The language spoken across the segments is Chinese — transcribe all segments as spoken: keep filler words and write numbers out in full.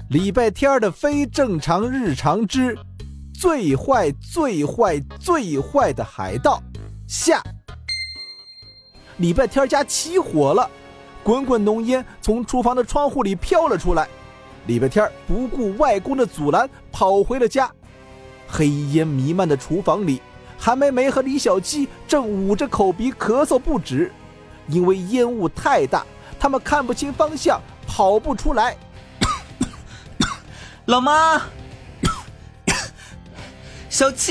礼拜天的非正常日常之最坏最坏最坏的海盗下。礼拜天家起火了，滚滚浓烟从厨房的窗户里飘了出来。礼拜天不顾外公的阻拦，跑回了家。黑烟弥漫的厨房里，韩梅梅和李小七正捂着口鼻咳嗽不止，因为烟雾太大，他们看不清方向，跑不出来。 老妈，小七。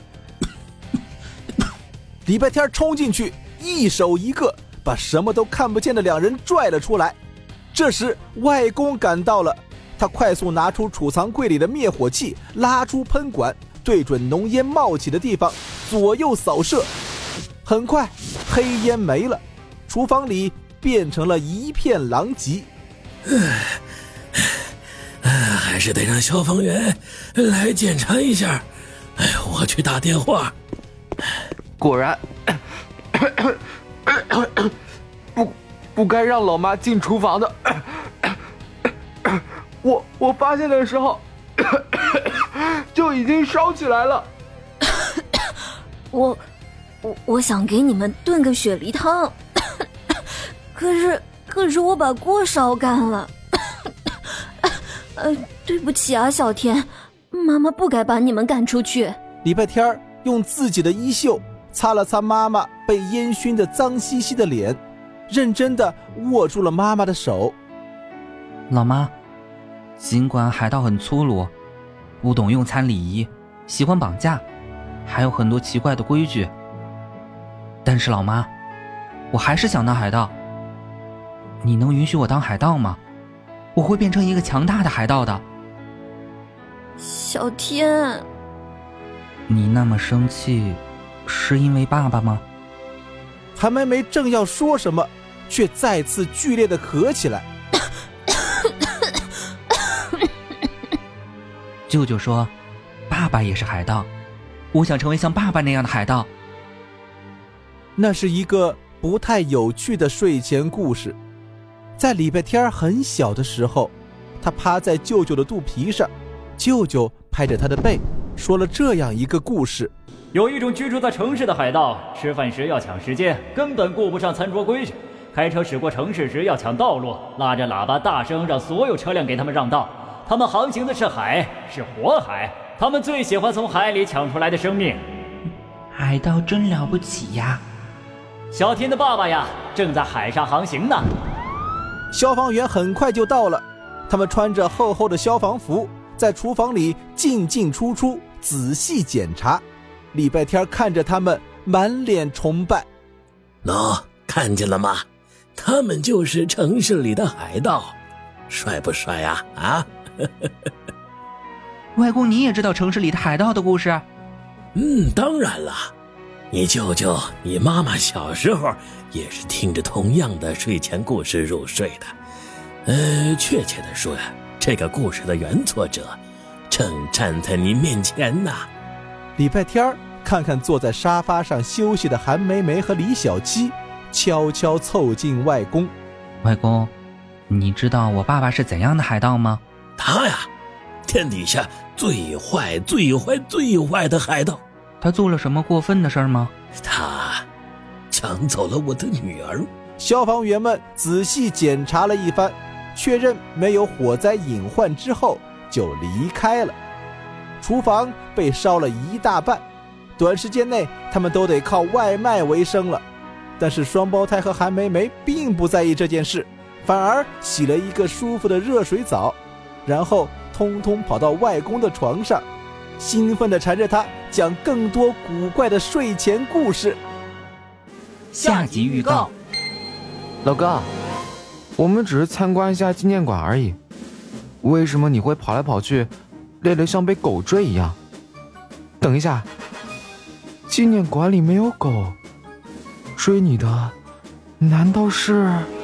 礼拜天冲进去，一手一个把什么都看不见的两人拽了出来。这时外公赶到了，他快速拿出储藏柜里的灭火器，拉出喷管，对准浓烟冒起的地方左右扫射。很快黑烟没了，厨房里变成了一片狼藉。 还是得让消防员来检查一下。哎，我去打电话。 果然不不该让老妈进厨房的。我我发现的时候就已经烧起来了。 我我我想给你们炖个雪梨汤，可是可是我把锅烧干了。呃，对不起啊，小天，妈妈不该把你们赶出去。 礼拜天用自己的衣袖擦了擦妈妈被烟熏得脏兮兮的脸，认真地握住了妈妈的手。 老妈，尽管海盗很粗鲁，不懂用餐礼仪，喜欢绑架，还有很多奇怪的规矩，但是老妈，我还是想当海盗。你能允许我当海盗吗？我会变成一个强大的海盗的。 小天， 你那么生气是因为爸爸吗？ 韩梅梅正要说什么，却再次剧烈地咳起来。 舅舅说爸爸也是海盗，我想成为像爸爸那样的海盗。 那是一个不太有趣的睡前故事。在礼拜天很小的时候，他趴在舅舅的肚皮上，舅舅拍着他的背，说了这样一个故事。 有一种居住在城市的海盗，吃饭时要抢时间，根本顾不上餐桌规矩，开车驶过城市时要抢道路，拉着喇叭大声让所有车辆给他们让道。他们航行的是海，是火海，他们最喜欢从海里抢出来的生命。 海盗真了不起呀！ 小天的爸爸呀，正在海上航行呢。 消防员很快就到了，他们穿着厚厚的消防服，在厨房里进进出出，仔细检查。礼拜天看着他们，满脸崇拜。 喏，看见了吗？他们就是城市里的海盗，帅不帅啊？啊！ 外公，你也知道城市里的海盗的故事？ 嗯，当然了。你舅舅、你妈妈小时候也是听着同样的睡前故事入睡的。呃，确切的说呀，这个故事的原作者正站在你面前呢。 礼拜天看看坐在沙发上休息的韩梅梅和李小七，悄悄凑近外公。 外公，你知道我爸爸是怎样的海盗吗？ 他呀，天底下最坏最坏最坏的海盗。 他做了什么过分的事吗？ 他抢走了我的女儿。 消防员们仔细检查了一番，确认没有火灾隐患之后就离开了。厨房被烧了一大半，短时间内他们都得靠外卖为生了。但是双胞胎和韩梅梅并不在意这件事，反而洗了一个舒服的热水澡，然后通通跑到外公的床上，兴奋地缠着他讲更多古怪的睡前故事。 下集预告。 老哥，我们只是参观一下纪念馆而已，为什么你会跑来跑去，累得像被狗追一样？等一下，纪念馆里没有狗，追你的难道是……